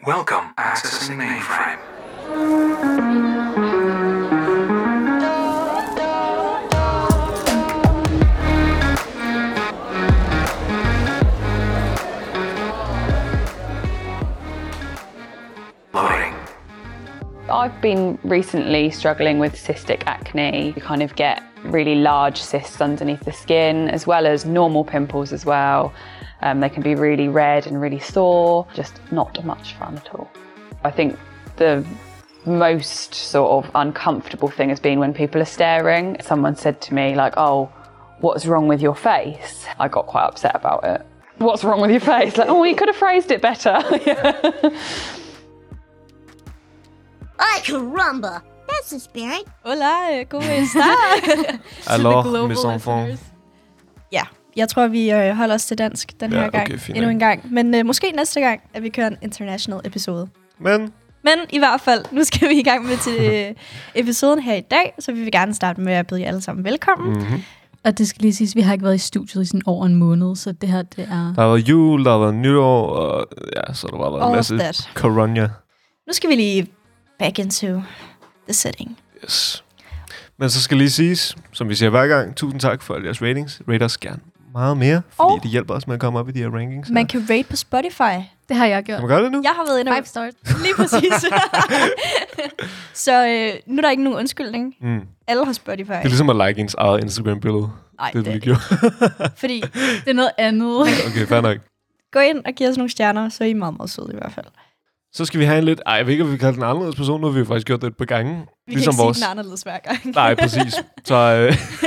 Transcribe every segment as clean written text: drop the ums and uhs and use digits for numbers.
Welcome, accessing mainframe. Loading. I've been recently struggling with cystic acne. You kind of get really large cysts underneath the skin, as well as normal pimples as well. They can be really red and really sore, just not much fun at all. I think the most sort of uncomfortable thing has been when people are staring. Someone said to me like, "Oh, what's wrong with your face?" I got quite upset about it. What's wrong with your face? Like, oh, you could have phrased it better. Ay, caramba! That's the spirit. Hola, ¿cómo está? Alors, mes enfants. Ja, jeg tror, vi holder os til dansk den her gang. Okay, endnu en gang. Men måske næste gang, at vi kører en international episode. Men i hvert fald, nu skal vi i gang med til episoden her i dag, så vi vil gerne starte med at byde jer alle sammen velkommen. Mm-hmm. Og det skal lige siges, vi har ikke været i studiet i sådan over en måned, så det her, det er... Der har været jul, der har været nytår, og ja, så der har været en masse corona. Nu skal vi lige back into the setting. Yes. Men så skal lige siges, som vi siger hver gang, tusind tak for jeres ratings. Rate os gerne meget mere, fordi det hjælper os med at komme op i de her rankings. Man kan rate på Spotify. Det har jeg gjort. Kan man gøre det nu? Jeg har været inde 5 stars. Lige præcis. Så nu er der ikke nogen undskyldning. Alle har Spotify. Det er ligesom at like ens eget Instagram-billede. Nej, det vi gjorde. Fordi det er noget andet. Okay, fair nok. Gå ind og giv os nogle stjerner, så er I meget, meget søde i hvert fald. Så skal vi have en lidt... Ej, jeg ved ikke, om vi kan kalde den anderledes person. Nu har vi jo faktisk gjort det et par gange. Vi ligesom kan ikke sige den anderledes hver gang. Nej, præcis. Så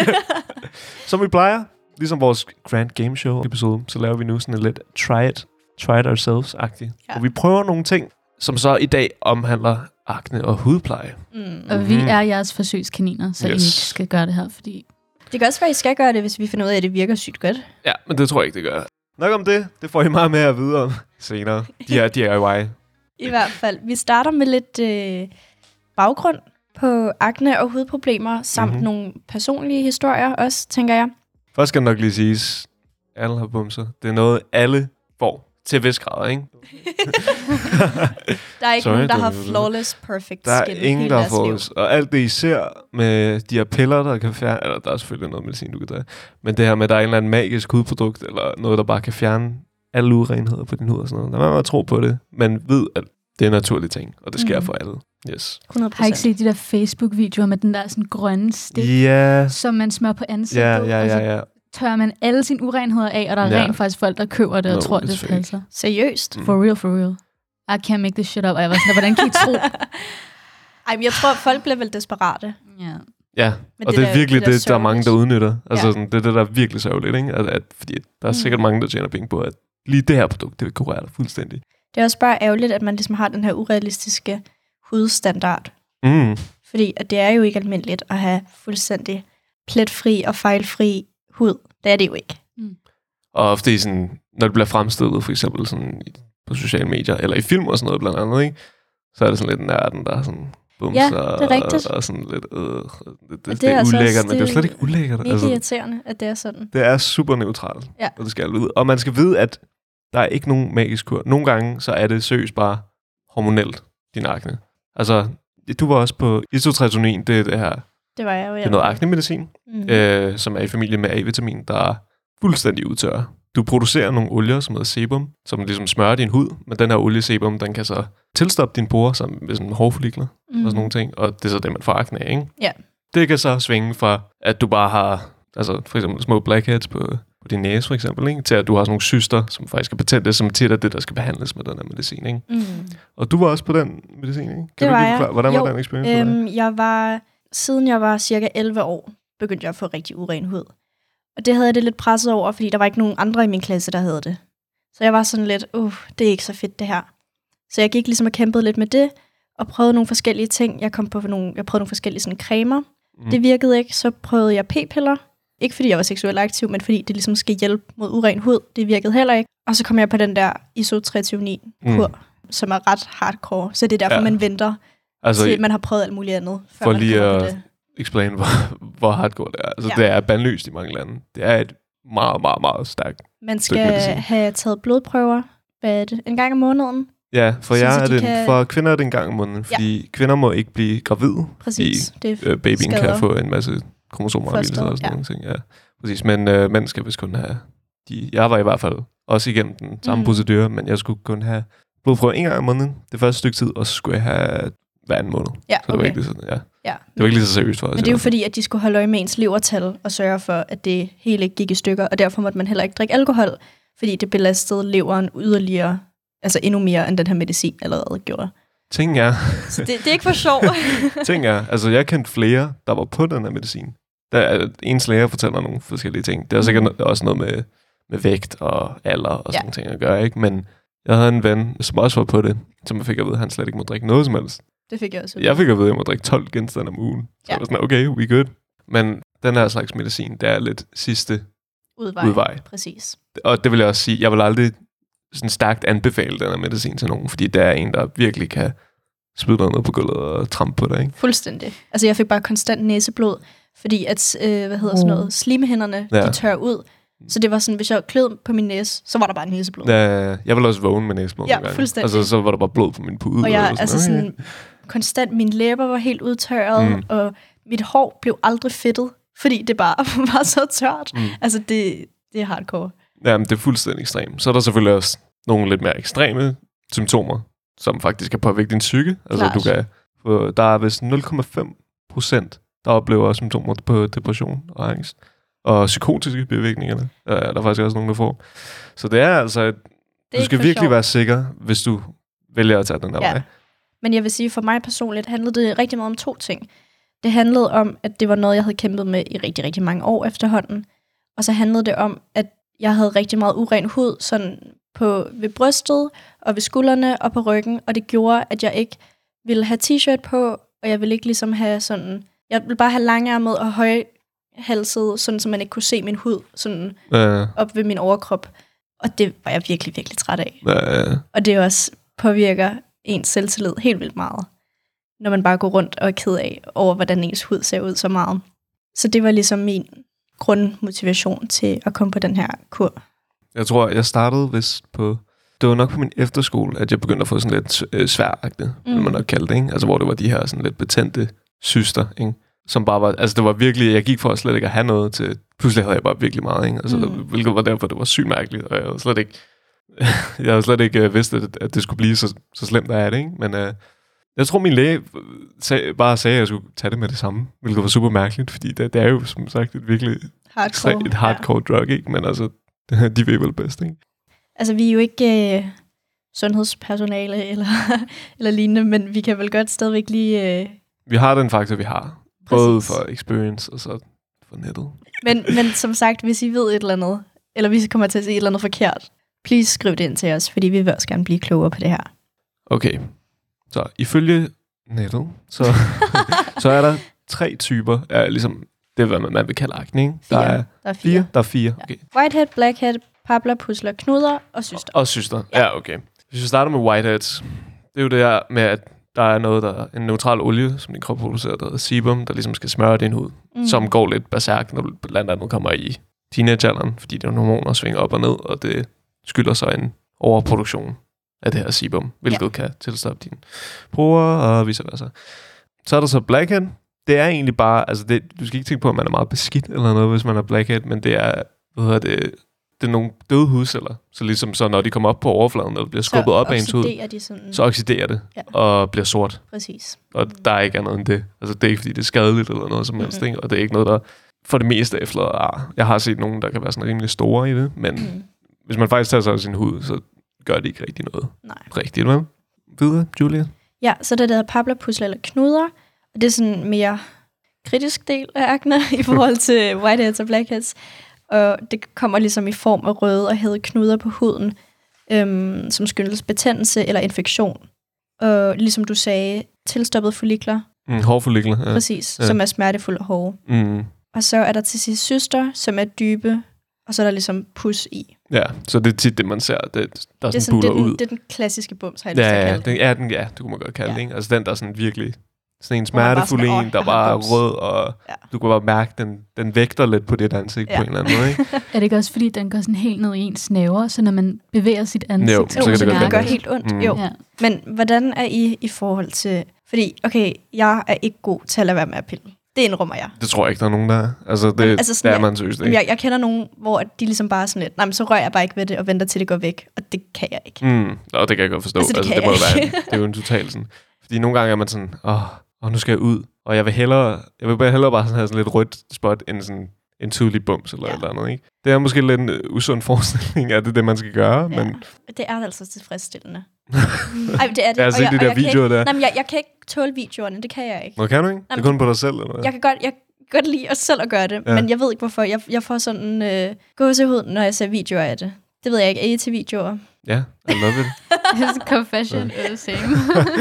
som vi plejer, ligesom vores Grand Game Show episode, så laver vi nu sådan en lidt try it ourselves-agtigt. Ja. Og vi prøver nogle ting, som så i dag omhandler akne og hudpleje. Og vi er jeres forsøgskaniner, så I ikke skal gøre det her, fordi... Det kan også være, at I skal gøre det, hvis vi finder ud af, at det virker sygt godt. Ja, men det tror jeg ikke, det gør. Nok om det. Det får I meget mere at vide om senere. De her DIY. I hvert fald. Vi starter med lidt baggrund på akne og hudproblemer, samt nogle personlige historier også, tænker jeg. Først skal det nok lige siges, alle har bumser. Det er noget, alle får til vis grad, ikke? Der er ikke nogen, der har flawless, perfect der skin. Der er ingen, der har fået. Og alt det, I ser med de her piller, der kan fjerne... Eller der er selvfølgelig noget medicin, du kan tage. Men det her med, at der er en eller anden magisk hudprodukt, eller noget, der bare kan fjerne alle urenheder på din hud og sådan noget. Der må man tro på det. Men ved, at det er en naturlig ting, og det sker for alle. Yes. 100%. Har I ikke set de der Facebook-videoer med den der sådan grønne stik, som man smører på ansigtet? Ja. Tørrer man alle sine urenheder af, og der er rent faktisk folk, der køber det og tror, det passer. Seriøst? For real. I can't make this shit up. Og jeg var sådan, hvordan kan I tro? Ej, men jeg tror, folk bliver vel desperate. Ja, og det er virkelig det, der er mange, der udnytter. Altså, sådan, det er det, der er virkelig sørgeligt, ikke? Fordi der er sikkert mange, der tjener penge på, at lige det her produkt, det vil kurere dig fuldstændig. Det er også bare ærgerligt, at man ligesom har den her urealistiske hudstandard. Fordi at det er jo ikke almindeligt at have fuldstændig pletfri og fejlfri hud. Det er det jo ikke. Og ofte i sådan, når det bliver fremstillet, for eksempel sådan på sociale medier, eller i film og sådan noget blandt andet, ikke? Så er det sådan lidt nærden, der er sådan bumser. Ja, det er rigtigt. Og sådan lidt, det er altså ulækkert, men det er jo slet ikke ulækkert. Det er mega irriterende, at det er sådan. Det er super neutralt, og det skal vide. Og man skal vide, at der er ikke nogen magisk kur. Nogle gange, så er det seriøst bare hormonelt, din akne. Altså, du var også på isotretinoin, det er det her. Det var jeg jo, ja. Det er noget aknemedicin, som er i familie med A-vitamin, der er fuldstændig udtørret. Du producerer nogle olier, som hedder sebum, som ligesom smører din hud, men den her oliesebum, den kan så tilstoppe dine porer sammen med sådan hårfollikler og sådan nogle ting, og det er så det, man får akne af, ikke? Ja. Det kan så svinge fra, at du bare har, altså for eksempel små blackheads på din næse for eksempel, ikke? Til at du har sådan nogle cyster, som faktisk er betændte, som tit er det, der skal behandles med den her medicin, ikke? Og du var også på den medicin, ikke? Kan du lige forklare, hvordan var den experience for dig? Siden jeg var cirka 11 år, begyndte jeg at få rigtig uren hud. Og det havde jeg det lidt presset over, fordi der var ikke nogen andre i min klasse, der havde det. Så jeg var sådan lidt, det er ikke så fedt det her. Så jeg gik ligesom og kæmpede lidt med det, og prøvede nogle forskellige ting. Jeg prøvede nogle forskellige sådan cremer. Det virkede ikke, så prøvede jeg p-piller. Ikke fordi jeg var seksuelt aktiv, men fordi det ligesom skal hjælpe mod uren hud. Det virkede heller ikke. Og så kom jeg på den der isotretinoin-kur, som er ret hardcore. Så det er derfor, man venter, til man har prøvet alt muligt andet. For lige at explain, hvor hardcore det er. Altså, det er bandlyst i mange lande. Det er et meget, meget, meget stærkt. Man skal have taget blodprøver en gang om måneden, Ja, for for kvinder er det en gang om måneden, fordi kvinder må ikke blive gravide. Præcis. Babyen kan få en masse kromosomafvigelser og sådan nogle ting. Ja, præcis. Men mænd skal vist kun have... Jeg var i hvert fald også igennem den samme procedure, men jeg skulle kun have blodprøve en gang om måneden, det første stykke tid, og så skulle jeg have hver anden måned. Ja, så det var ikke lige sådan, det var ikke lige så seriøst for os. Men det er jo fordi, at de skulle holde øje med ens levertal og sørge for, at det hele ikke gik i stykker, og derfor måtte man heller ikke drikke alkohol, fordi det belastede leveren yderligere, altså endnu mere, end den her medicin allerede gjorde. Ting er... Så det er ikke for sjov. Ting er, altså jeg kendte flere, der var på den her medicin. Der er ens læger fortæller nogle forskellige ting. Det er sikkert også noget med vægt og alder og sådan ting at gøre, ikke? Men jeg havde en ven, som også var på det, som jeg fik at vide, at han slet ikke må drikke noget som helst. Det fik jeg også. Jeg fik at vide, at jeg må drikke 12 genstande om ugen. Så jeg var sådan, okay, we good. Men den her slags medicin, det er lidt sidste udvej. Præcis. Og det vil jeg også sige, jeg vil aldrig sådan stærkt anbefale den her medicin til nogen, fordi det er en, der virkelig kan spytte noget på gulvet og trampe på dig, ikke? Fuldstændig. Altså jeg fik bare konstant næseblod, fordi at, slimhinderne, de tør ud. Så det var sådan, hvis jeg klød på min næse, så var der bare næseblod. Ja, jeg ville også vågne med næseblod. Ja, fuldstændig. Altså, så var der bare blod på min pude. Og jeg, sådan konstant, mine læber var helt udtørret, og mit hår blev aldrig fedtet, fordi det bare var så tørt. Altså, det er hardcore. Jamen, det er fuldstændig ekstremt. Så er der selvfølgelig også nogle lidt mere ekstreme symptomer, som faktisk kan påvirke din psyke. Altså, du kan der er vist 0,5%, der oplever symptomer på depression og angst. Og psykotiske bivirkninger, der er faktisk også nogen, der får. Så det er altså, du skal virkelig være sikker, hvis du vælger at tage den der vej. Men jeg vil sige, for mig personligt handlede det rigtig meget om 2 ting. Det handlede om, at det var noget, jeg havde kæmpet med i rigtig, rigtig mange år efterhånden. Og så handlede det om, at jeg havde rigtig meget uren hud, sådan ved brystet og ved skuldrene og på ryggen. Og det gjorde, at jeg ikke ville have t-shirt på, og jeg ville ikke ligesom have sådan... Jeg ville bare have langærmet og højhalset, sådan så man ikke kunne se min hud sådan op ved min overkrop. Og det var jeg virkelig, virkelig træt af. Og det også påvirker ens selvtillid helt vildt meget, når man bare går rundt og er ked af over, hvordan ens hud ser ud så meget. Så det var ligesom min grundmotivation til at komme på den her kur. Jeg tror, jeg startede vist på... Det var nok på min efterskole, at jeg begyndte at få sådan lidt sværagtigt, vil man nok kalde det, ikke? Altså, hvor det var de her sådan lidt betændte cyster, ikke? Som bare var... Altså, det var virkelig... Jeg gik for at slet ikke at have noget til... Pludselig havde jeg bare virkelig meget, ikke? Altså, hvilket var derfor, det var sygt mærkeligt, og jeg havde slet ikke vidst, at det skulle blive så slemt, der er det, ikke? Men jeg tror, min læge bare sagde, at jeg skulle tage det med det samme, hvilket var super mærkeligt, fordi det er jo, som sagt, et virkelig hardcore drug, ikke? Men altså, de ved vel bedst, ikke? Altså, vi er jo ikke sundhedspersonale eller lignende, men vi kan vel godt stadigvæk lige... Vi har den faktor, vi har. Både for experience og så for nettet. Men som sagt, hvis I ved et eller andet, eller hvis I kommer til at se et eller andet forkert, please skriv det ind til os, fordi vi vil også gerne blive klogere på det her. Okay. Så ifølge nettet, så er der 3 typer af ligesom, det er, hvad man vil kalde akne, ikke? Der er 4. Der er 4, okay. Ja. Whitehead, blackhead, papler, pusler, knuder og cyster. Og cyster, ja, okay. Hvis vi starter med whiteheads, det er jo det her med, at der er noget, en neutral olie, som din krop producerer, der hedder sebum, der ligesom skal smøre din hud, som går lidt berserk, når du blandt andet kommer i teenagealderen, fordi dine hormoner svinger op og ned, og det skylder så en overproduktion af det her sebum, hvilket kan tilstoppe dine porer og vice versa. Så er der så blackhead. Det er egentlig bare, altså du skal ikke tænke på, at man er meget beskidt eller noget, hvis man er blackhead, men det er, det er nogle døde hudceller. Så ligesom så, når de kommer op på overfladen, når det bliver skubbet op af ens hud, så oxiderer det og bliver sort. Præcis. Og der er ikke andet end det. Altså det er ikke, fordi det er skadeligt eller noget som helst, ikke? Og det er ikke noget, der for det meste efterlader ar. Jeg har set nogen, der kan være sådan rimelig store i det, men hvis man faktisk tager sig af sin hud, så gør det ikke rigtig noget. Nej. Rigtigt, vel? Videre, Julia? Ja, så er det der hedder papler, pusler eller knuder, og det er sådan en mere kritisk del af akne i forhold til whiteheads og blackheads. Og det kommer ligesom i form af røde og hæde knuder på huden, som skyldes betændelse eller infektion. Og ligesom du sagde, tilstoppede follikler. Hårfollikler, ja. Præcis, som er smertefulde og hårde. Og så er der til sidst cyster, som er dybe, og så er der ligesom pus i. Ja, så det er tit det, man ser, der sådan buller ud. Det er den klassiske bums, har jeg lyst til at kalde det. Det kunne man godt kalde det, ikke? Altså den, der sådan virkelig Sådan en smertefuld en, der bare er bums. rød, og du kan bare mærke, den vægter lidt på dit ansigt på en eller anden måde, ikke? Er det ikke også, fordi den går sådan helt ned i ens næver, så når man bevæger sit ansigt, Jo, så kan det gør helt ondt. Jo. Ja. Men hvordan er I forhold til... Fordi, okay, jeg er ikke god til at lade være med at pille. Det indrømmer jeg. Det tror jeg ikke, der er nogen, der er. Altså, det er man seriøst ikke. Jeg kender nogen, hvor de ligesom bare er sådan lidt, nej, men så rører jeg bare ikke ved det, og venter til det går væk. Og det kan jeg ikke. Og det kan jeg godt forstå. Altså, det må jo være det er jo en total sådan. Fordi nogle gange er man sådan, nu skal jeg ud. Og jeg vil hellere bare sådan have sådan lidt rødt spot, end sådan en tydelig bums eller et eller andet, ikke? Det er måske lidt en usund forestilling, at det er det, man skal gøre, men... Det er altså tilfredsstillende. Ej, det er det. Jeg har set de der videoer der. Nej, men jeg kan ikke tåle videoerne, det kan jeg ikke. Nå, kan du ikke? Det er kun på dig selv, eller hvad? Jeg kan godt lide os selv at gøre det, men jeg ved ikke hvorfor. Jeg får sådan gåsehud, når jeg ser videoer af det. Det ved jeg ikke. Er I til videoer? Ja, I love it. It's a confession, same.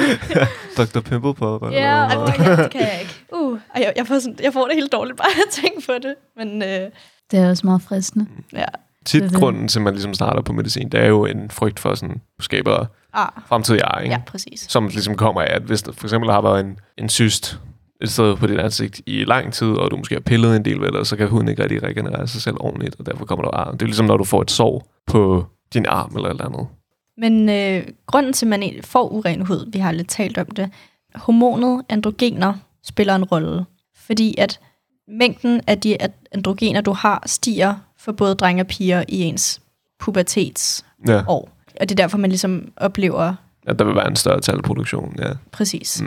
Dr. Pimple Popper. Ja, det kan jeg ikke. Jeg får det helt dårligt bare at tænke på det. Men det er også meget fristende. Ja. Tit grunden til, at man ligesom starter på medicin, det er jo en frygt for sådan skaber fremtidig ar, ikke? Ja, præcis. Som ligesom kommer af, at hvis der for eksempel har været en cyst et sted på dit ansigt i lang tid, og du måske har pillet en del ved det, så kan huden ikke rigtig regenerere sig selv ordentligt, og derfor kommer der ar. Det er ligesom, når du får et sår på din arm eller et eller andet. Men grunden til, at man får uren hud, vi har lidt talt om det, hormonet androgener spiller en rolle, fordi at mængden af de androgener, du har, stiger for både drenge og piger i ens pubertetsår. Og det er derfor, man ligesom oplever... At der vil være en større talproduktion, ja. Præcis.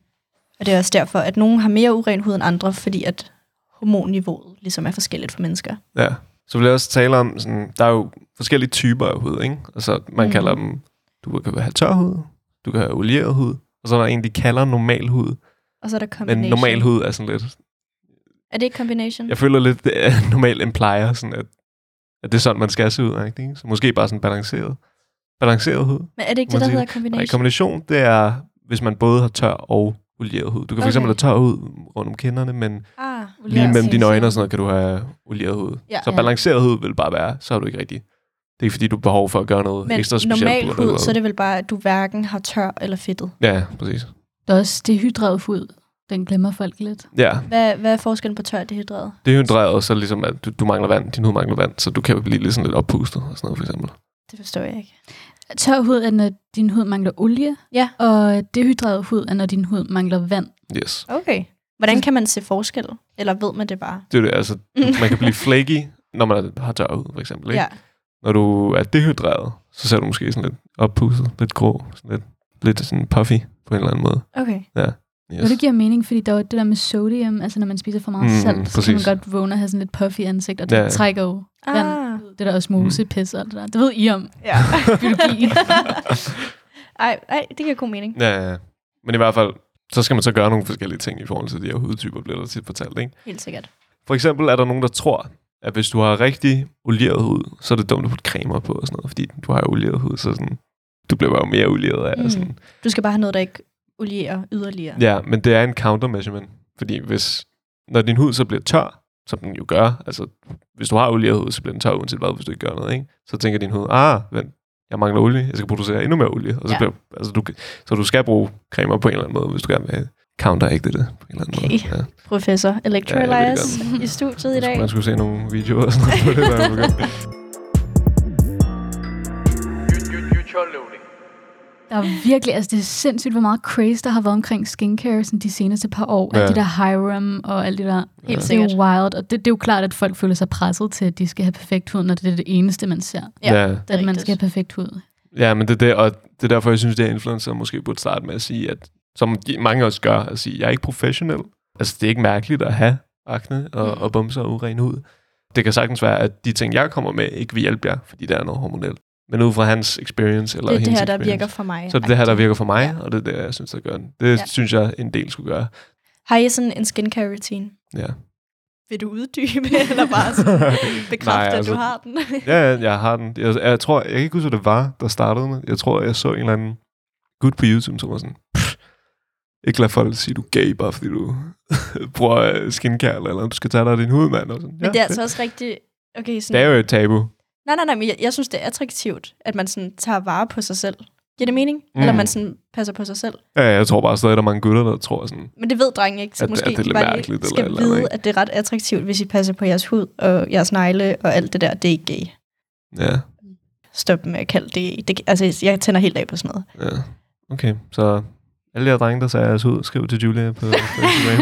Og det er også derfor, at nogen har mere uren hud end andre, fordi at hormonniveauet ligesom er forskelligt for mennesker. Ja. Så vil jeg også tale om, sådan, der er jo forskellige typer af hud, ikke? Altså, man kalder dem, du kan have tør hud, du kan have olieret hud, og så er der en, de kalder normal hud. Og så er der combination. Men normal hud er sådan lidt... Er det ikke combination? Jeg føler lidt, det er normal implier, sådan at det er sådan, man skal se ud, ikke? Så måske bare sådan balanceret hud. Men er det ikke det, der hedder combination? Nej, kombination, det er, hvis man både har tør og olieret hud. Du kan for eksempel have tør hud rundt om kinderne, men lige mellem dine øjne og sådan noget, kan du have olieret hud. Ja. Så balanceret hud vil bare være, så er du ikke rigtig. Det er ikke, fordi du har behov for at gøre noget ekstra specielt. Men normal hud, så er det vel bare, at du hverken har tør eller fedtet. Ja, præcis. Der er også dehydreret hud. Den glemmer folk lidt. Ja. Hvad er forskellen på tør og dehydreret? Dehydreret, så ligesom, at du mangler vand. Din hud mangler vand, så du kan jo blive lidt sådan lidt oppustet og sådan noget, for eksempel. Det forstår jeg ikke. Tør hud er, når din hud mangler olie, og dehydreret hud er, når din hud mangler vand. Yes. Okay. Hvordan kan man se forskel? Eller ved man det bare? Det er det, altså, man kan blive flaky, når man har tør hud, for eksempel. Ikke? Ja. Når du er dehydreret, så ser du måske sådan lidt oppustet, lidt grå, sådan lidt sådan puffy på en eller anden måde. Okay. Ja. Yes. Og det giver mening, fordi der er det der med sodium, altså når man spiser for meget salt, så kan man godt vågne og have sådan lidt puffy ansigt, og det trækker jo vand. Det der osmose, pis og alt det der. Det ved I om. Ja. Biologi. Ej, det giver god mening. Ja. Men i hvert fald, så skal man så gøre nogle forskellige ting i forhold til de her hudtyper, bliver der tit fortalt, ikke? Helt sikkert. For eksempel er der nogen, der tror, at hvis du har rigtig olieret hud, så er det dumt at putte cremer på og sådan noget, fordi du har jo olieret hud, så sådan, du bliver jo mere olieret af. Sådan. Du skal bare have noget, der ikke olierer yderligere. Ja, men det er en countermeasurement, fordi når din hud så bliver tør, som den jo gør, altså hvis du har olieret hud, så bliver den tør uanset hvad, hvis du ikke gør noget, ikke? Så tænker din hud, vent, jeg mangler olie, jeg skal producere endnu mere olie, og så bliver, så du skal bruge cremer på en eller anden måde, hvis du gerne vil counteracte det på en eller anden måde. Ja. Professor Electrolyze i studiet i dag. Man skulle se nogle videoer og sådan noget på det, der er begyndt. Der er virkelig, altså det er sindssygt, hvor meget craze, der har været omkring skincare sådan de seneste par år. Ja. Alle de der Hyram og alt det der. Helt sikkert. Det er wild, og det er jo klart, at folk føler sig presset til, at de skal have perfekt hud, når det er det eneste, man ser. Ja. At man skal have perfekt hud. Ja, men det er det, og det er derfor, jeg synes, det er influencer måske burde starte med at sige, at som mange også gør, at sige, jeg er ikke professionel. Altså, det er ikke mærkeligt at have akne og bumser og uren hud. Det kan sagtens være, at de ting, jeg kommer med, ikke vil hjælpe jer, fordi der er noget hormonelt. Men ud fra hans experience eller hendes det her, der experience, virker for mig. så er det her, der virker for mig, og det er det, jeg synes, der gør den. Det synes jeg, en del skulle gøre. Har I sådan en skincare routine? Ja. Vil du uddybe, eller bare sådan bekræfte, at du har den? Ja, jeg har den. Jeg tror, jeg kan ikke huske, hvad det var, der startede med. Jeg tror, jeg så en eller anden gut på YouTube, som var sådan, ikke lad folk sige, du er gay, bare fordi du bruger skincare, eller du skal tage dig af din hud, mand. Og sådan. Men det er altså også rigtig... Okay, sådan... Det er jo et tabu. Nej, men jeg synes, det er attraktivt, at man sådan tager vare på sig selv. Giver det mening? Eller man sådan passer på sig selv. Ja, jeg tror bare stadig, der er mange gutter, der tror sådan... Men det ved drenge ikke, så at, måske at det bare lige skal vide, at det er ret attraktivt, hvis I passer på jeres hud og jeres negle og alt det der, det er ikke gay. Ja. Stop med at kalde det. Altså, jeg tænder helt af på sådan noget. Ja, okay. Så alle jer drenge, der ser jeres hud, skriv til Julia på Instagram.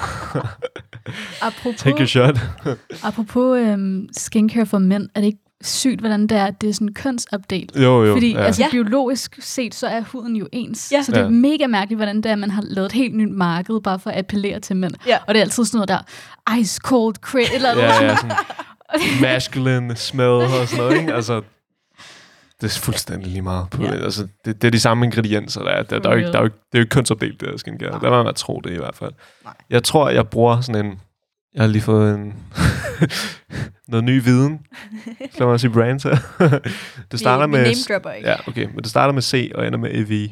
Take a shot. Apropos skincare for mænd, er det ikke sygt, hvordan det er sådan kønsopdelt? Jo. Fordi biologisk set, så er huden jo ens. Ja. Så det er mega mærkeligt, hvordan det er, at man har lavet et helt nyt marked, bare for at appellere til mænd. Ja. Og det er altid sådan noget der, ice cold, eller ja, sådan masculine smell og sådan noget, ikke? Altså, det er fuldstændig lige meget på det. Altså, det er de samme ingredienser, der er. Det er jo ikke kønsopdelt, det der skincare. Der var man tro det i hvert fald. Nej. Jeg tror, jeg bruger sådan en... Jeg har lige fået noget ny viden. Så må jeg sige brand til. Det starter med... name-dropper, ikke? Ja, okay. Men det starter med C og ender med EV.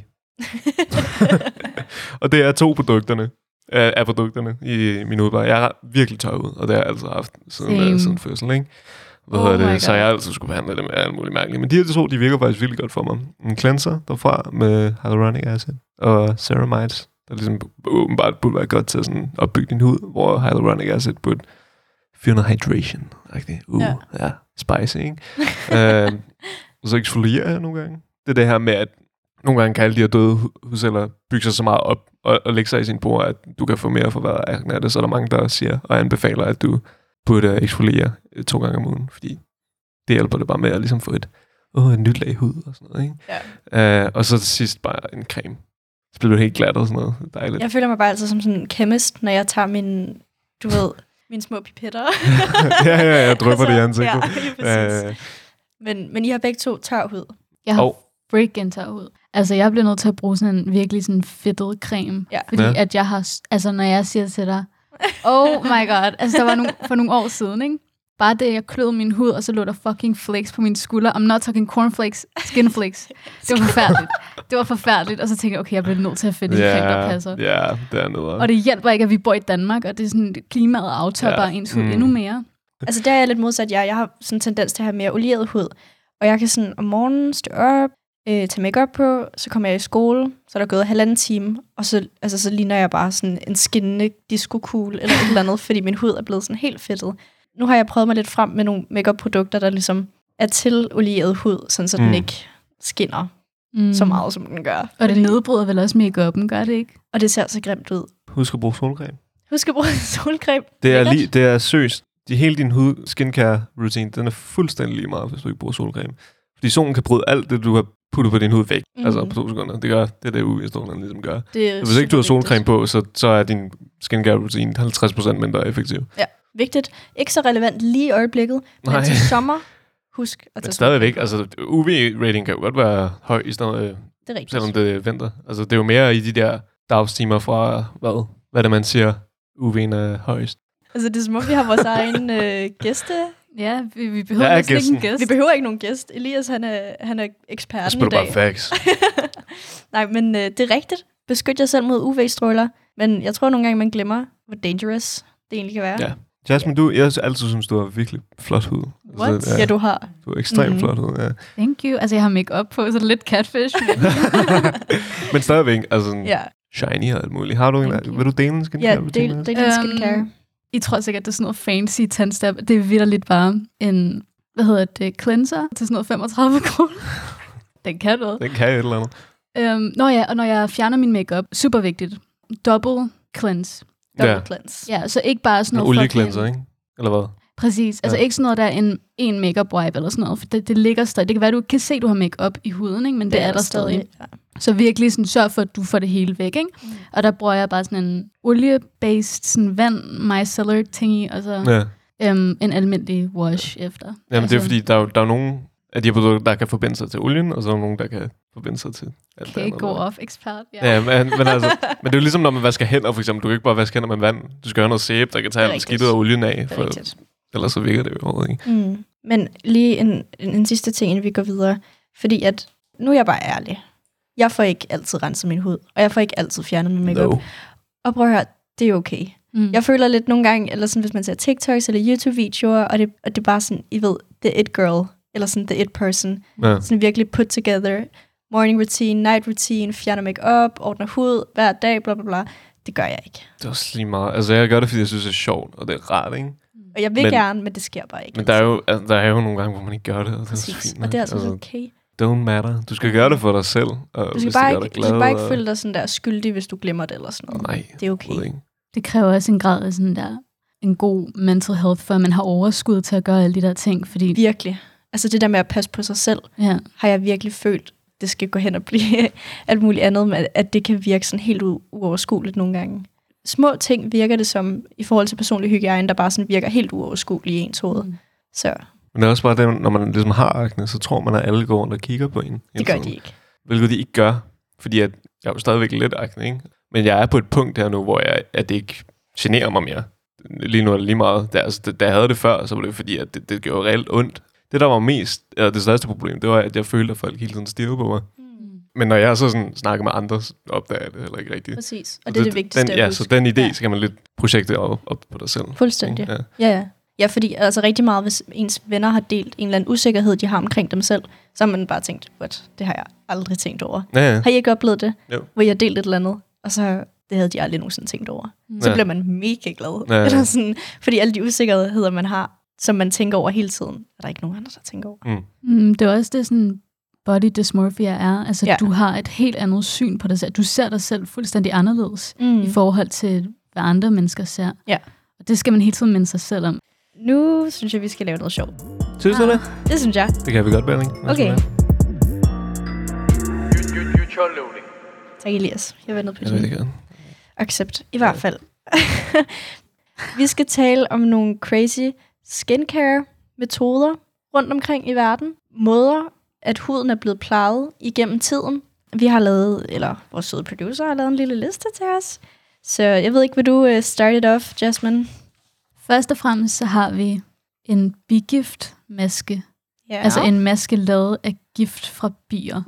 Og det er 2 af produkterne i min hudpleje. Jeg har virkelig tør ud, og det har jeg altid haft siden fødsel, ikke? Så jeg altid skulle behandle det med alt muligt mærkeligt. Men de her 2, de virker faktisk virkelig godt for mig. En cleanser derfra med hyaluronic acid og ceramides, der ligesom åbenbart burde være godt til at sådan opbygge din hud, hvor hyaluronic acid burde feel noget hydration. Ja, spicy, ikke? Og så eksfolierer jeg nogle gange. Det er det her med, at nogle gange kan alle de her døde hudceller bygge sig så meget op og lægge sig i sin bord, at du kan få mere for hver af det. Så er der mange, der siger og anbefaler, at du burde eksfoliere 2 gange om ugen, fordi det hjælper det bare med at ligesom få et nyt lag hud og sådan noget, ikke? Ja. Og så til sidst bare en creme. Så bliver du helt glat og sådan noget. Dejligt. Jeg føler mig bare altid som sådan en chemist, når jeg tager mine små pipetter. jeg drypper det i ansigtet. Ja, men I har begge 2 tør hud. Jeg har freaking tør hud. Altså, jeg bliver nødt til at bruge sådan en virkelig sådan fedtet creme. Ja. Fordi at jeg har, altså når jeg siger til dig, oh my god, altså der var for nogle år siden, ikke? Bare det, jeg kløede min hud, og så lå der fucking flakes på mine skulder. I'm not talking cornflakes, skinflakes. Det var forfærdeligt. Og så tænkte jeg, okay, jeg bliver nødt til at finde en creme, der passer. Ja, det er noget. Og det hjælper ikke, at vi bor i Danmark, og det er sådan, klimaet aftopper ens hud endnu mere. Altså, der er jeg lidt modsat. Jeg har sådan en tendens til at have mere olieret hud. Og jeg kan sådan om morgenen stå op, tage makeup på, så kommer jeg i skole, så er der gået 1,5 time, og så ligner jeg bare sådan en skinnende disco-kugle eller et eller andet, fordi min hud er blevet sådan helt fedtet. Nu har jeg prøvet mig lidt frem med nogle makeup-produkter, der ligesom er til olieret hud, sådan så den ikke skinner så meget, som den gør. Og det nedbryder vel også make-up'en, gør det ikke? Og det ser så grimt ud. Husk at bruge solcreme. Det er søst. Hele din skincare-routine, den er fuldstændig lige meget, hvis du ikke bruger solcreme. Fordi solen kan bryde alt det, du har puttet på din hud væk. Altså på 2 sekunder. Det gør det UV-strålen ligesom gør. Hvis ikke du har solcreme på, så er din skincare-routine 50% mindre effektiv. Ja, vigtigt. Ikke så relevant lige i øjeblikket, men til sommer, husk at tage men stadigvæk, altså UV-rating kan jo godt være høj i stedet, selvom det er vinter. Altså det er jo mere i de der dagstimer fra, hvad det man siger, UV'en er højst. Altså det er som om, vi har vores egen gæste. Ja, vi behøver ikke en gæst. Vi behøver ikke nogen gæst. Elias, han er eksperten i dag. Bare facts. Nej, men det er rigtigt. Beskyt jer selv mod UV-stråler. Men jeg tror nogle gange, man glemmer, hvor dangerous det egentlig kan være. Ja. Jasmine, jeg altid synes, du har virkelig flot hud. What? Altså, ja, du har. Du er ekstremt flot hud, ja. Thank you. Altså, jeg har make-up på, så det er lidt catfish. Men stadigvæk, altså shiny og alt muligt. Har du vil du dele en skincare? Ja, del en skincare. I tror sikkert, det er sådan noget fancy tandstab. Det er vitterligt bare en, cleanser til sådan noget 35 kroner. Den kan noget. Den kan et eller andet. Og når jeg fjerner min makeup, super vigtigt. Double cleanse. Cleanse. Ja, så ikke bare sådan noget oliecleanser, ikke? Eller hvad? Præcis. Altså ikke sådan noget, der er en makeup wipe eller sådan noget, for det ligger stadig. Det kan være, du kan se, at du har makeup i huden, ikke? Men det er der stadig. Ja. Så virkelig sådan, sørg for, at du får det hele væk, ikke? Og der bruger jeg bare sådan en olie-based sådan vand, micellar thingy, og så en almindelig wash efter. Jamen det er fordi, der er nogle af de produkter, der kan forbinde sig til olien, og så er der nogle, der kan forbinde sig til alt det andet. Go off ekspert, ja. Men det er jo ligesom, når man vasker hænder, for eksempel. Du kan ikke bare vaske hænder med vand. Du skal have noget sæbe, der kan tage alt skidtet af olien af. Ellers så virker det jo overhovedet ikke. Men lige en sidste ting, inden vi går videre. Fordi at, nu er jeg bare ærlig. Jeg får ikke altid renset min hud, og jeg får ikke altid fjernet min makeup. No. Og prøv at høre, det er okay. Jeg føler lidt nogle gange, eller sådan, hvis man ser TikToks eller YouTube-videoer, og det er bare sådan, I ved, the it girl, eller sådan the it person, sådan virkelig put together. morning routine, night routine, fjerner make-up, ordner hud hver dag, bla bla bla. Det gør jeg ikke. Det er også lige meget. Altså, jeg gør det, fordi jeg synes, det er sjovt, og det er rart, ikke? Og jeg vil gerne, men det sker bare ikke. Men der er jo nogle gange, hvor man ikke gør det, og det er så fint. Og det er altså okay. Don't matter. Du skal gøre det for dig selv. Og du skal bare ikke føle dig sådan der skyldig, hvis du glemmer det eller sådan noget. Nej, det er okay. Ikke. Det kræver også en grad af sådan der en god mental health, for at man har overskud til at gøre alle de der ting. Fordi virkelig. Altså det der med at passe på sig selv, har jeg virkelig følt, det skal gå hen og blive alt muligt andet, men at det kan virke sådan helt uoverskueligt nogle gange. Små ting virker det som, i forhold til personlig hygiejne, der bare sådan virker helt uoverskueligt i ens hoved. Så. Men det er også bare det, når man ligesom har akne, så tror man, at alle går rundt og kigger på en. Det gør de ikke. Hvilket de ikke gør, fordi at jeg er jo stadigvæk lidt akne, ikke? Men jeg er på et punkt her nu, hvor at det ikke generer mig mere. Lige nu er det lige meget. Da jeg havde det før, så var det fordi, at det gjorde reelt ondt. Det, der var det største problem, det var, at jeg følte, at folk hele tiden stirrede på mig. Men når jeg så sådan snakker med andre, opdager jeg det heller ikke rigtigt. Præcis, og det er det vigtigste. Så den idé, så kan man lidt projekte op på dig selv. Fuldstændig. Ja, fordi altså rigtig meget, hvis ens venner har delt en eller anden usikkerhed, de har omkring dem selv, så har man bare tænkt, det har jeg aldrig tænkt over. Ja. Har I ikke oplevet det? Jo. Hvor jeg har delt et eller andet, og så det havde de aldrig nogensinde tænkt over. Så bliver man mega glad. Ja. Eller sådan, fordi alle de usikkerheder, man har, som man tænker over hele tiden, er der ikke nogen andre, der tænker over. Det er også det, sådan body dysmorphia er. Altså, du har et helt andet syn på dig selv. Du ser dig selv fuldstændig anderledes i forhold til, hvad andre mennesker ser. Ja. Og det skal man hele tiden minde sig selv om. Nu synes jeg, vi skal lave noget sjovt. Synes du det? Det synes jeg. Det kan vi godt, Belling. Okay. Tak, Elias. Jeg venter på din. Accept. I hvert fald. Vi skal tale om nogle crazy skincare-metoder rundt omkring i verden. Måder, at huden er blevet plejet igennem tiden. Vi har lavet, eller vores søde producer har lavet en lille liste til os. Så jeg ved ikke, vil du start it off, Jasmine? Først og fremmest så har vi en bigiftmaske. Ja. Altså en maske lavet af gift fra bier.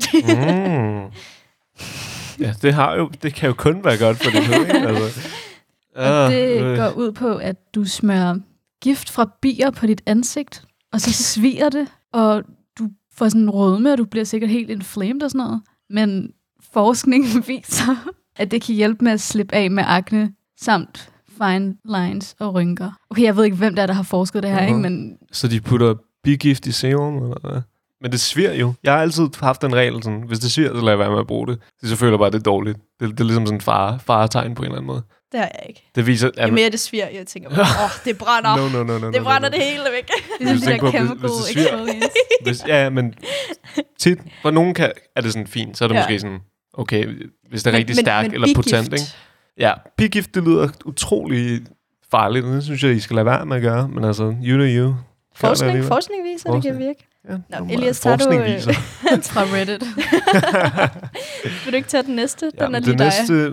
Ja, det kan jo kun være godt for din hud, ikke? Altså. Og det går ud på, at du smører gift fra bier på dit ansigt, og så sviger det, og du får sådan en rødme, og du bliver sikkert helt inflamed og sådan noget. Men forskningen viser, at det kan hjælpe med at slippe af med akne, samt fine lines og rynker. Okay, jeg ved ikke, hvem der har forsket det her, ikke? Men så de putter bigift i serum, eller hvad? Men det sviger jo. Jeg har altid haft en regel sådan, hvis det sviger, så lader jeg være med at bruge det. Så føler jeg bare, det er dårligt. Det er ligesom sådan en faretegn på en eller anden måde. Det har jeg ikke. Det viser, jo mere det sviger, jeg tænker bare, det brænder. No, det brænder det hele væk. Ligesom de der chemical exfoliants. Ja, men tit, for nogen er det sådan fint, så er det måske sådan, okay, hvis det er rigtig stærkt eller potent, ikke? Ja, bigift, det lyder utrolig farligt, og det synes jeg, I skal lade være med at gøre, men altså, you know you. Forskning viser, det kan virke. Ja, Elias, tager du fra Reddit. Vil du ikke tage den næste? Den er lige dig.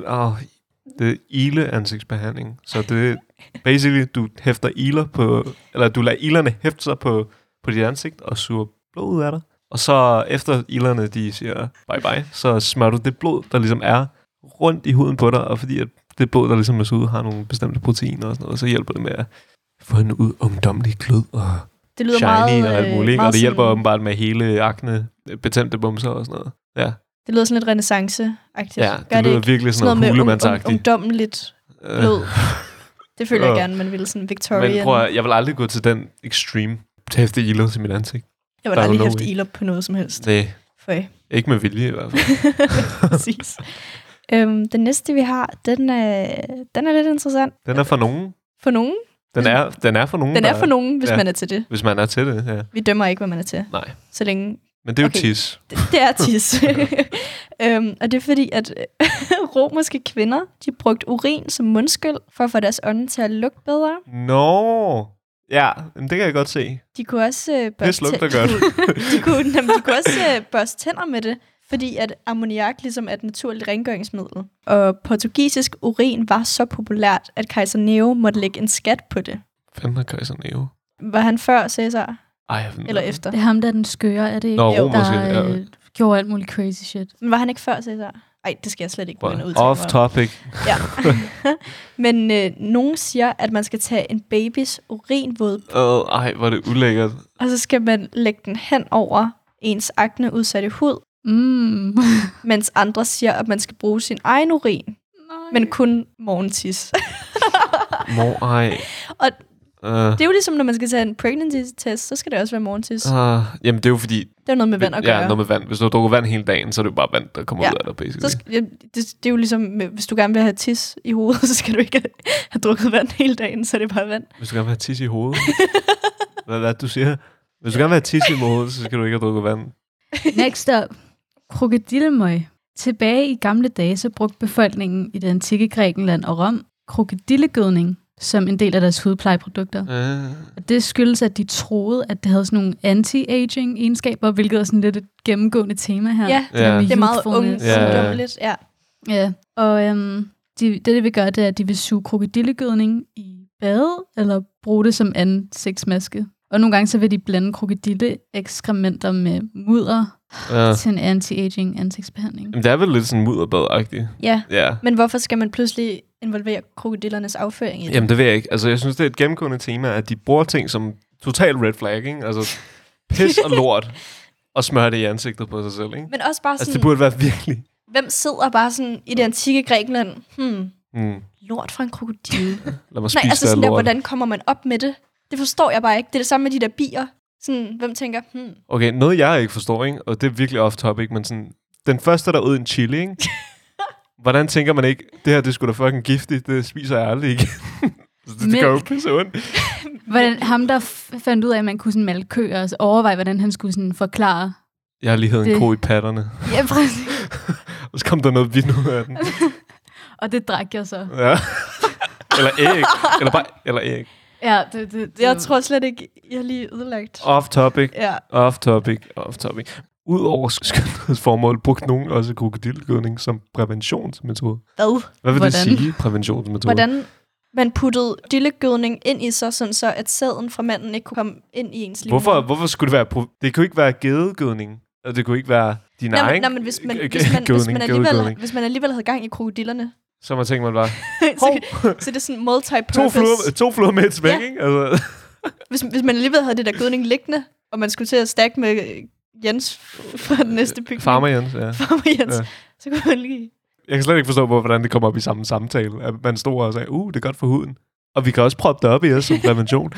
Det er ile-ansigtsbehandling. Så det er basically, du hæfter iler på, eller du lader ilerne hæfte sig på dit ansigt og suger blod ud af dig. Og så efter ilerne, de siger bye bye, så smører du det blod, der ligesom er rundt i huden på dig, og fordi at det blod, der ligesom er så ud, har nogle bestemte proteiner og sådan noget, så hjælper det med at få en ungdomlig glød og det lyder shiny meget, og alt muligt. Og det hjælper åbenbart med hele akne, betændte bumser og sådan noget. Ja. Det lyder sådan lidt renaissance-agtigt. Ja, det lyder virkelig sådan noget hulemandsagtigt. Ungdommeligt blod. Det føler jeg gerne, man ville sådan Victorian. Men prøv at, jeg vil aldrig gå til den extreme hæfte iler til mit ansigt. Jeg vil aldrig hæfte iler på noget som helst. Nej, ikke med vilje i hvert fald. Præcis. Den næste, vi har, den er lidt interessant. Den er for nogen. For nogen? Den er for nogen. Den er for nogen, hvis man er til det. Hvis man er til det, ja. Vi dømmer ikke, hvad man er til. Nej. Så længe... Men det er jo tis. Det er tis. Og det er fordi, at romerske kvinder, de brugte urin som mundskyld, for at få deres ånde til at lugte bedre. Ja, det kan jeg godt se. De kunne også børste godt. de kunne også børste tænder med det, fordi at ammoniak ligesom er et naturligt rengøringsmiddel. Og portugisisk urin var så populært, at kejser Nero måtte lægge en skat på det. Fanden er kejser Nero? Var han før Cæsar? Eller efter? Det er ham, der er den skøre, er det ikke? Der gjorde alt muligt crazy shit. Men var han ikke før Cæsar? Ej, det skal jeg slet ikke begynde at udtale. Off topic. Ja. Men nogen siger, at man skal tage en babys urinvåd. Ej, hvor er det ulækkert. Og så skal man lægge den hen over ens akneudsatte hud, Mens andre siger, at man skal bruge sin egen urin. Men kun morgentis. Og det er jo ligesom, når man skal tage en pregnancy-test, så skal det også være morgentis. Jamen, det er jo fordi... Det er noget med vand at gøre. Ja, noget med vand. Hvis du drukker vand hele dagen, så er det jo bare vand, der kommer ud af dig, basically. Det er jo ligesom, hvis du gerne vil have tis i hovedet, så skal du ikke have drukket vand hele dagen, så er det bare vand. Hvis du gerne vil have tis i hovedet? Hvad er det, du siger? Hvis du gerne vil have tis i hovedet, så skal du ikke have drukket vand. Next up. Krokodillemøg. Tilbage i gamle dage, så brugte befolkningen i det antikke Grækenland og Rom krokodillegødning som en del af deres hudplejeprodukter. Og det skyldes, at de troede, at det havde sådan nogle anti-aging egenskaber, hvilket er sådan lidt et gennemgående tema her. Ja, det er meget ungdommeligt. Ja, og det vil gøre, det er, at de vil suge krokodillegødning i bade, eller bruge det som ansigtsmaske. Og nogle gange så vil de blande krokodille-ekskrementer med mudder til en anti-aging ansigtsbehandling. Men det er vel lidt sådan mudderbad-agtigt. Ja, men hvorfor skal man pludselig involvere krokodillernes afføring i det? Jamen det ved jeg ikke. Altså jeg synes, det er et gennemgående tema, at de bruger ting som total red flag, ikke? Altså pis og lort, og smører det i ansigtet på sig selv, ikke? Men også bare sådan... Altså det burde være virkelig... Hvem sidder bare sådan i det antikke Grækenland? Lort fra en krokodille. Lad mig spise sådan der, hvordan kommer man op med det? Det forstår jeg bare ikke. Det er det samme med de der bier. Sådan, hvem tænker, Okay, noget jeg ikke forstår, ikke? Og det er virkelig off-topic, men sådan, den første, der er ude en chili, ikke? Hvordan tænker man ikke, det her, det skulle da fucking giftigt, det spiser jeg aldrig igen. det gør jo pisse ondt. Hvordan ham, der fandt ud af, at man kunne sådan malke køer, og overveje, hvordan han skulle sådan forklare. Jeg har lige havde en ko i patterne. Ja, præcis. Og så kom der noget vildt ud af den. Og det drak jeg så. Ja. Eller æg. Eller æg. Ja, jeg tror slet ikke, jeg har lige ødelagt. Off topic. Ja. Off topic. Udover skønhedsformål, brugte nogen også krokodillegødning som præventionsmetode. Hvad vil det sige, præventionsmetode? Hvordan man puttede dillegødning ind i sig, sådan så at sæden fra manden ikke kunne komme ind i ens liv. Hvorfor skulle det være... Det kunne ikke være gedegødning. Og det kunne ikke være din egen... Nej, men hvis man alligevel havde gang i krokodillerne, så man tænker man bare... så det er sådan multi-purpose. To fluer med et smæk, ikke? Altså. Hvis man alligevel havde det der gødning liggende, og man skulle til at stakke med Jens fra den næste bygning. Farmer Jens, ja. Så kunne man lige... Jeg kan slet ikke forstå, hvordan det kommer op i samme samtale. At man stod og sagde, det er godt for huden. Og vi kan også proppe det op i os som prævention.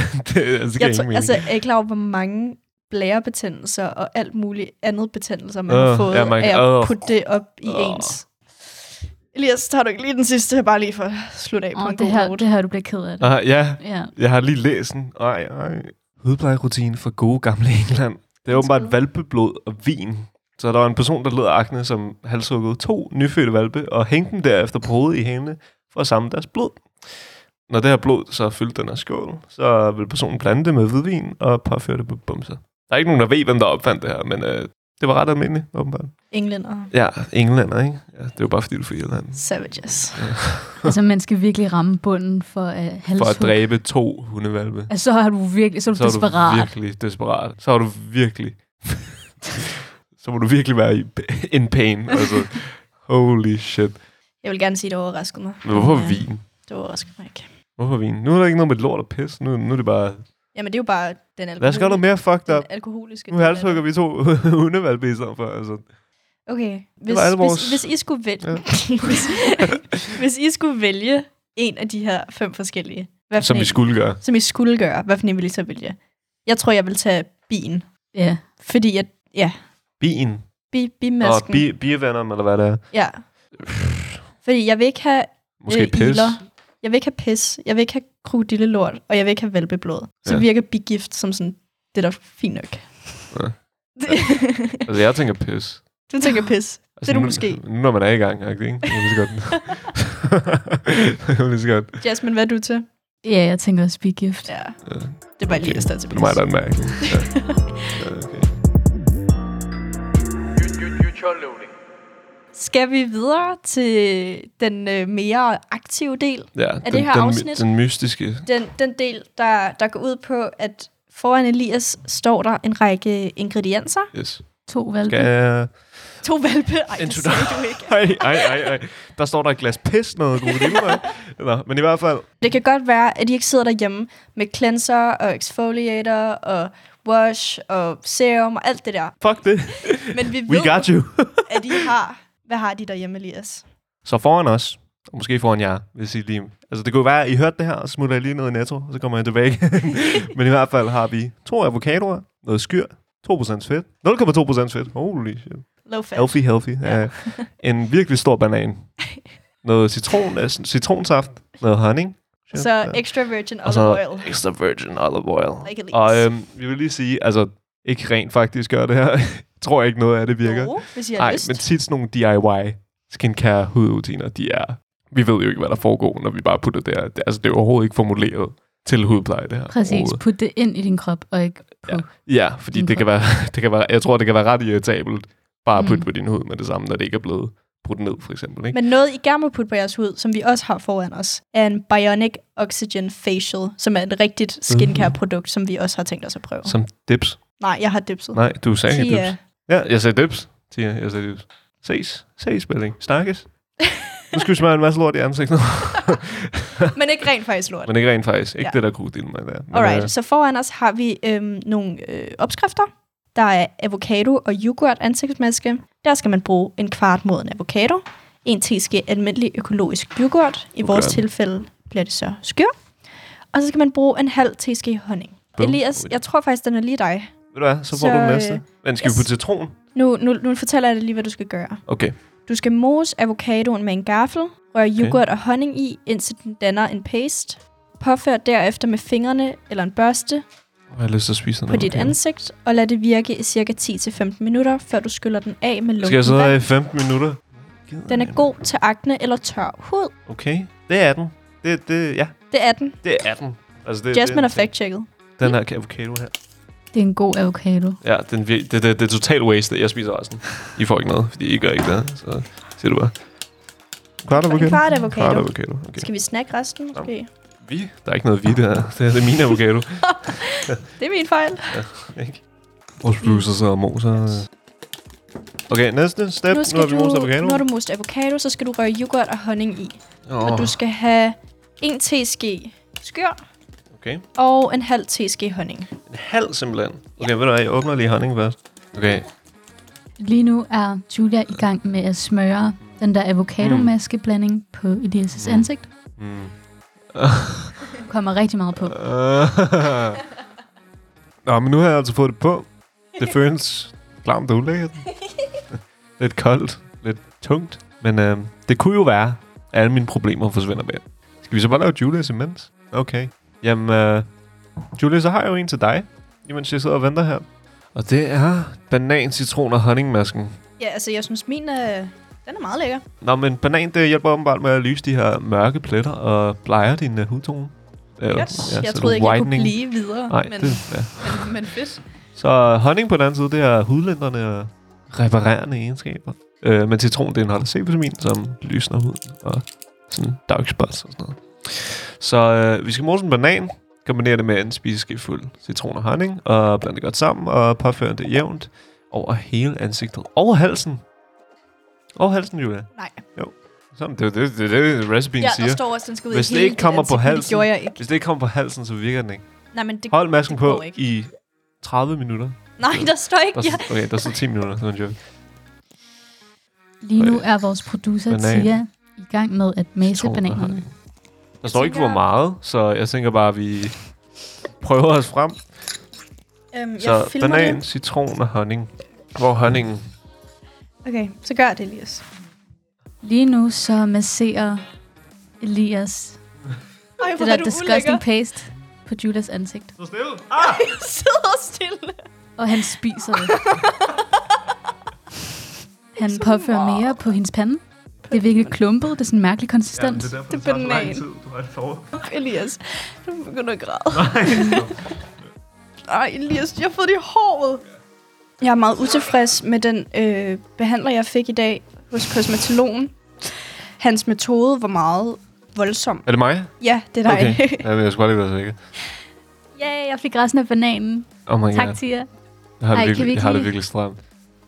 Er I klar over, hvor mange blærebetændelser og alt muligt andet betændelser, man har fået af at putte det op i ens... Elias, tager du ikke lige den sidste, bare lige for at slutte af på en god note? Det her, du bliver ked af det. Ja, jeg har lige læst den. Hudplejerutine for gode gamle England. Det er åbenbart valpeblod og vin. Så der var en person, der led af akne, som halshuggede 2 nyfødte valpe, og hængte dem derefter på hovedet i hælene for at samle deres blod. Når det her blod så fyldte den her skål, så vil personen blande det med hvidvin og påføre det på bumser. Der er ikke nogen, der ved, hvem der opfandt det her, men det var ret almindeligt, åbenbart. Englænder. Ja, englænder, ikke? Ja, det er jo bare, fordi du er fra Irland. Savages. Ja. Altså, man skal virkelig ramme bunden for halshug. For at dræbe 2 hundevalpe. Altså, så er du desperat. Virkelig desperat. Så er du virkelig... så må du virkelig være in pain. Altså, holy shit. Jeg vil gerne sige, det overraskede mig. Men hvorfor vin? Det overraskede mig ikke. Hvorfor vin? Nu er der ikke noget med lort og pis. Nu er det bare... Jamen, det er jo bare den Lad os gøre noget mere fucked up. Alkoholiske. Nu halshugger vi 2 hundevalpe i stedet for. Altså. Okay. Hvis I skulle vælge... hvis I skulle vælge en af de her 5 forskellige... Som I skulle gøre. Som I skulle gøre. Hvad for en vil I så vælge? Jeg tror, jeg vil tage bien. Ja. Fordi at... Ja. Bien? Bimasken. Biervenom, eller hvad det er? Ja. Fordi jeg vil ikke have... Måske pis. Iler. Jeg vil ikke have pis, jeg vil ikke have krokodillelort, og jeg vil ikke have valpeblod. Så virker bigift som sådan, det er da fint nok. Ja. Altså, jeg tænker pis. Du tænker pis. Altså, det er du måske. Nu når man er i gang, ikke? Det er lige så godt. Lige så godt. Jasmine, hvad er du til? Ja, jeg tænker også bigift. Ja. Det er bare lige at starte til pis. Det er mig, der er en mærke. Okay. Skal vi videre til den mere aktive del af det her afsnit? Den mystiske. Den del, der går ud på, at foran Elias står der en række ingredienser. Yes. 2 valpe. 2 valpe? Ej, det sagde du ikke. Ej. Der står der et glas pis, noget krokodille. Men i hvert fald... Det kan godt være, at de ikke sidder derhjemme med cleanser og exfoliator og wash og serum og alt det der. Fuck det. Men vi We ved, got you. at de har... Hvad har de derhjemme, Elias? Så foran os, og måske foran jer, vil jeg sige lige. Altså, det kunne være, at I hørte det her, og så smutter jeg lige ned i Netto, og så kommer jeg tilbage igen. Men i hvert fald har vi 2 avocadoer, noget skyr, 2% fedt, 0,2% fedt. Holy shit. Low fat. Healthy. Ja. En virkelig stor banan. Noget citronsaft, noget honning. Så extra virgin og så olive oil. extra virgin olive oil. Like Og vi vil lige sige, altså, ikke rent faktisk gør det her. Tror jeg ikke noget af det virker. Jo, hvis I har lyst. Men tit sådan nogle DIY skincare hudrutiner, de er... Vi ved jo ikke, hvad der foregår, når vi bare putter det her. Det er overhovedet ikke formuleret til hudpleje, det her. Præcis, put det ind i din krop, og ikke på Ja, fordi det kan være... Jeg tror, det kan være ret irritabelt bare at putte på din hud med det samme, når det ikke er blevet brudt ned, for eksempel. Ikke? Men noget, I gerne må putte på jeres hud, som vi også har foran os, er en Bionic Oxygen Facial, som er et rigtigt skincare-produkt, som vi også har tænkt os at prøve. Som dips? Nej, jeg har dipset. Nej, du sagde Tia. dips. Ja, jeg sagde dips. Tia, jeg sagde dips. Ses, Belling. Snakkes. Nu skal vi smøre en masse lort i ansigtet. Men ikke rent faktisk lort. Men ikke rent faktisk. Ikke det, der kunne dele med det. Alright, så foran os har vi nogle opskrifter. Der er avocado og yoghurt ansigtsmaske. Der skal man bruge en kvart moden avocado, 1 teske almindelig økologisk yoghurt. I vores tilfælde bliver det så skyr. Og så skal man bruge en halv teske honning. Elias, jeg tror faktisk, den er lige dig. Ved du hvad, så får du den næste. Men skal vi putte citron? Nu fortæller jeg dig lige, hvad du skal gøre. Okay. Du skal mose avocadoen med en gaffel, røre yoghurt og honning i, indtil den danner en paste. Påfør derefter med fingrene eller en børste Jeg har lyst til at spise på dit ansigt, og lad det virke i cirka 10-15 minutter, før du skyller den af med lunken Skal jeg sidde her i vand. 15 minutter? Den er god til akne eller tør hud. Okay, det er den. Ja, Det er den. det er den. Altså, Jasmine har fact-checket. Den her avocado her. Det er en god avocado. Ja, det er total waste. Jeg spiser resten. I får ikke noget, fordi I gør ikke det. Så siger du bare. Kvart avocado? Kvart avocado. Kvart avocado. Okay. Skal vi snakke resten måske? Vi? Der er ikke noget vi der. Det er min avocado. Det er min fejl. Ja, ikke? Vores producer så og moser. Okay, næste step. Nu har vi most avocado. Nu har du most avocado, så skal du røre yoghurt og honning i. Og du skal have 1 teske skyr. Okay. Og en halv teske honning. En halv simpelthen? Okay, ved du hvad? Jeg åbner lige honning først. Okay. Lige nu er Julia i gang med at smøre den der avocado-maskeblanding på Elias' ansigt. Kommer rigtig meget på. Nå, men nu har jeg altså fået det på. Det føles klamt og ulækkert. Lidt koldt. Lidt tungt. Men det kunne jo være, at alle mine problemer forsvinder med. Skal vi så bare lave Julius imens? Okay. Jamen, Julius, så har jeg jo en til dig, imens jeg sidder og venter her. Og det er banan, citron og honningmasken. Ja, altså jeg synes min den er meget lækker. Nå, men banan, det hjælper åbenbart med at lyse de her mørke pletter og bleger din hudtone. Yes. Jeg troede ikke, jeg kunne blive videre. Nej, men fedt. Så honning på den anden side, det er hudlindrende og reparerende egenskaber. Men citron, det indeholder C-vitamin, som lysner huden og sådan dark spots og sådan noget. Så vi skal mose en banan, kombinere det med en spiseskefuld citron og honning, og blande det godt sammen, og påføre det jævnt over hele ansigtet. Over halsen. Over halsen, Julia. Nej. Jo. Sådan, det er recipeen siger. Ja, der står også, den skal ud hvis i det hele ikke kommer på halsen, det gjorde jeg ikke. Hvis det ikke kommer på halsen, så virker den ikke. Nej, men det, hold masken det på ikke. i 30 minutter. Nej, der står ikke. Okay, der står 10 minutter. Det var en joke. Lige nu er vores producer Tia i gang med at mase bananerne. Der står ikke hvor meget, så jeg tænker bare, at vi prøver os frem. Så banan, det. Citron og honning. Hvor er honningen? Okay, så gør det, Elias. Lige nu så masserer Elias det der disgusting paste på Julias ansigt. Så stille. Sidder stille. Og han spiser det. Han påfører mere på hendes pande. Det er virkelig klumpet. Det er sådan en mærkelig konsistens. Ja, det er banan. Elias, du begynder at græde. Ej, Elias, jeg har fået det i håret. Jeg er meget utilfreds med den behandler, jeg fik i dag hos kosmetologen. Hans metode var meget voldsom. Er det mig? Ja, det er dig. Okay. Ja, jeg skulle bare lige være sikker. Ja, jeg fik resten af bananen. Oh my God. Tak, Tia. Jeg har det virkelig stramt.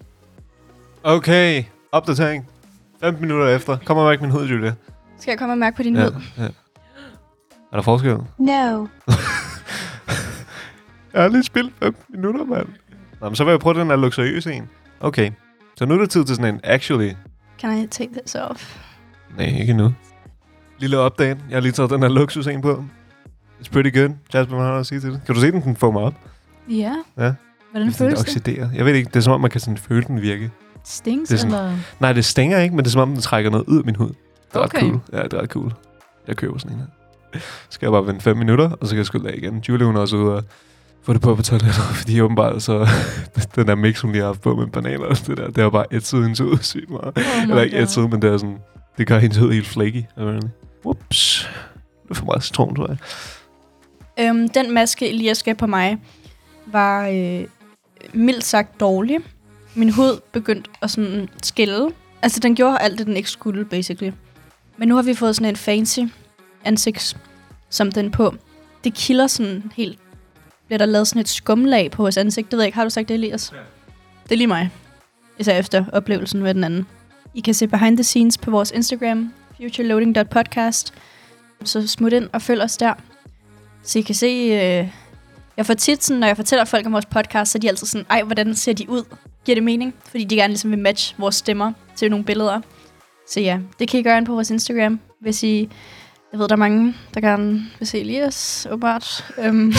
Okay, opdatering. 15 minutter efter. Kommer mærke min hud, Julia. Skal jeg komme og mærke på din hud? Ja. Er der forskel? No. Jeg har lige spildt 5 minutter, mand. Nå, men så vil jeg prøve den her luksuriøse en. Okay, så nu er det tid til sådan en actually. Can I take this off? Nej, ikke endnu. Lille update. Jeg har lige taget den her luksus en på. It's pretty good. Jasper, hvad har du at sige til det? Kan du se den får mig op? Ja. Ja. Hvordan føles det? Oxiderer. Jeg ved ikke, det er som om, man kan sådan føle den virke. Stings, det sådan, eller? Nej, det stænger ikke, men det er som om, den trækker noget ud af min hud. Det er okay. ret cool. Ja, det er ret cool. Jeg køber sådan en her. Så skal jeg bare vente 5 minutter, og så kan jeg skylle af igen. Julie, hun er også ude og få det på toilettet, fordi åbenbart så den der mix, hun lige har haft på med bananer og det der, det har bare ætset hendes hud sygt meget. Eller ikke ætset, men det er sådan, det gør hendes hud helt flaky. Whoops. Det er for meget citron, tror jeg. Den maske, Elias gav på mig, var mildt sagt dårlig. Min hud begyndte at sådan skille. Altså, den gjorde alt det, den ikke skulle, basically. Men nu har vi fået sådan en fancy ansigts, som den på. Det kilder sådan helt. Bliver der lavet sådan et skumlag på vores ansigt. Det ved jeg ikke. Har du sagt det, Elias? Ja. Det er lige mig. Især efter oplevelsen med den anden. I kan se behind the scenes på vores Instagram, futureloading.podcast. Så smut ind og følg os der. Så I kan se... jeg får tit sådan, når jeg fortæller folk om vores podcast, så er de altid sådan, ej, hvordan ser de ud? Giver det mening? Fordi de gerne ligesom vil matche vores stemmer til nogle billeder. Så ja, det kan I gøre ind på vores Instagram, hvis I... Jeg ved, der er mange, der gerne vil se Elias, åbenbart.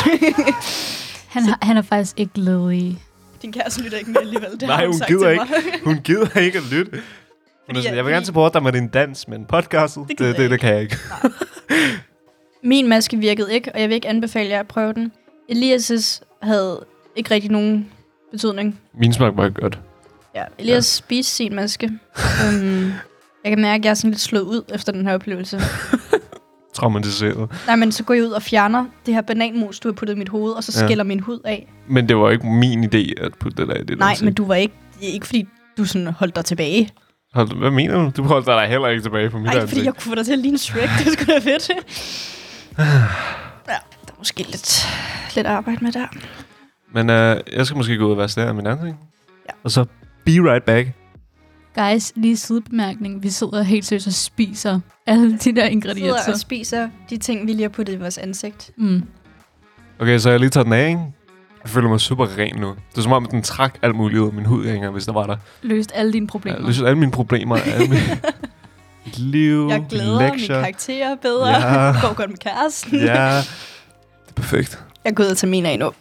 Han er faktisk ikke ledig. Din kæreste lytter ikke med alligevel. Det nej, hun gider ikke. Hun gider ikke at lytte. Jeg vil gerne supporte dig med din dans, men podcastet, det kan jeg ikke. Min maske virkede ikke, og jeg vil ikke anbefale jer at prøve den. Elias' havde ikke rigtig nogen betydning. Min smag var godt. Ja, Elias spiste sin maske. Jeg kan mærke, at jeg er sådan lidt slået ud efter den her oplevelse. Traumatiseret. Nej, men så går jeg ud og fjerner det her bananmus, du har puttet i mit hoved, og så skiller min hud af. Men det var ikke min idé at putte det der i det. Nej, men du var ikke fordi du sådan holdt dig tilbage. Hvad mener du? Du holdt dig heller ikke tilbage på mit ansigt. Nej, fordi jeg kunne få dig til at ligne Shrek. Det skulle da fedt. Ja, der er måske lidt arbejde med der. Men jeg skal måske gå ud og vaske det her med min ansigt. Ja. Og så be right back. Guys, lige sidebemærkning. Vi sidder helt seriøst og spiser alle de der ingredienser. Vi sidder og spiser de ting, vi lige har puttet i vores ansigt. Mm. Okay, så jeg har lige taget den af, ikke? Jeg føler mig super ren nu. Det er som om, at den trak alt muligt ud af min hud, ikke, hvis der var der. Løst alle dine problemer. Ja, løst alle mine problemer. Mit liv, jeg glæder lektier. Mine karakterer bedre. Ja. Går godt med kæresten. Ja, det er perfekt. Jeg går ud og tager min af nu.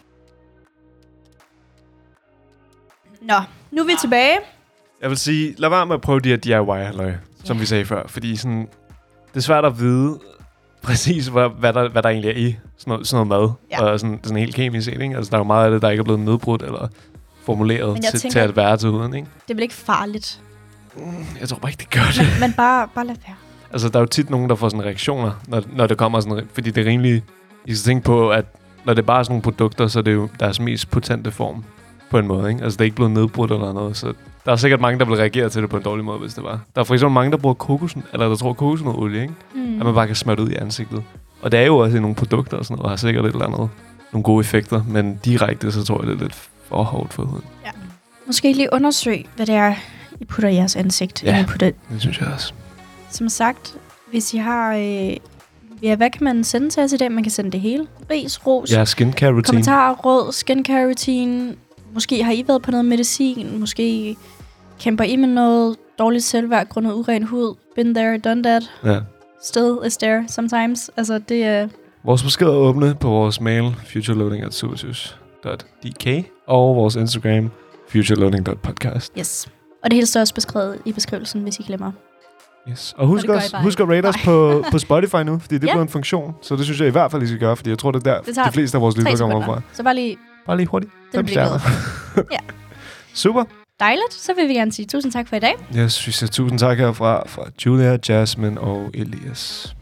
Nå, nu er vi tilbage. Jeg vil sige, lad være med at prøve de her DIY-halløj, som vi sagde før. Fordi sådan, det er svært at vide præcis, hvad der egentlig er i sådan noget mad. Ja. Og sådan helt kemisk set, ikke? Altså, der er jo meget af det, der ikke er blevet nedbrudt eller formuleret til at være til huden, ikke? Det er vel ikke farligt? Jeg tror bare ikke, det gør det. Men bare lad være. Altså, der er jo tit nogen, der får sådan reaktioner, når det kommer sådan... Fordi det er rimelig... I skal tænke på, at når det bare er sådan nogle produkter, så er det jo deres mest potente form på en måde, ikke? Altså, det er ikke blevet nedbrudt eller noget, så... Der er sikkert mange, der vil reagere til det på en dårlig måde, hvis det var. Der er for eksempel mange, der bruger der tror kokosnødolie, ikke? At man bare kan smøre det ud i ansigtet. Og det er jo også i nogle produkter og sådan noget, og har sikkert et eller andet, nogle gode effekter, men direkte, så tror jeg, det er lidt for hårdt for huden. Ja. Måske I lige undersøge, hvad det er, I putter i jeres ansigt. Ja, det synes jeg også. Som sagt, hvis I har... hvad kan man sende til os i dag? Man kan sende det hele. Ris, ros, ja, skincare routine. Kommentarer, råd, skincare routine. Måske har I været på noget medicin. Måske kæmper I med noget dårligt selvværd, grundet uren hud. Been there, done that. Ja. Still is there sometimes. Altså, det er... Vores beskeder er åbne på vores mail, futureloading@supersys.dk, og vores Instagram, futureloading.podcast. Yes. Og det hele står også beskrevet i beskrivelsen, hvis I glemmer. Yes. Og husk at rate os på Spotify nu, fordi det er blevet en funktion. Så det synes jeg i hvert fald, I skal gøre, fordi jeg tror, det er der, de fleste af vores lyttere kommer fra. Så bare lige hurtigt. Det bliver glad. Ja. Super. Dejligt. Så vil vi gerne sige tusind tak for i dag. Jeg synes, tusind tak herfra fra Julia, Jasmine og Elias.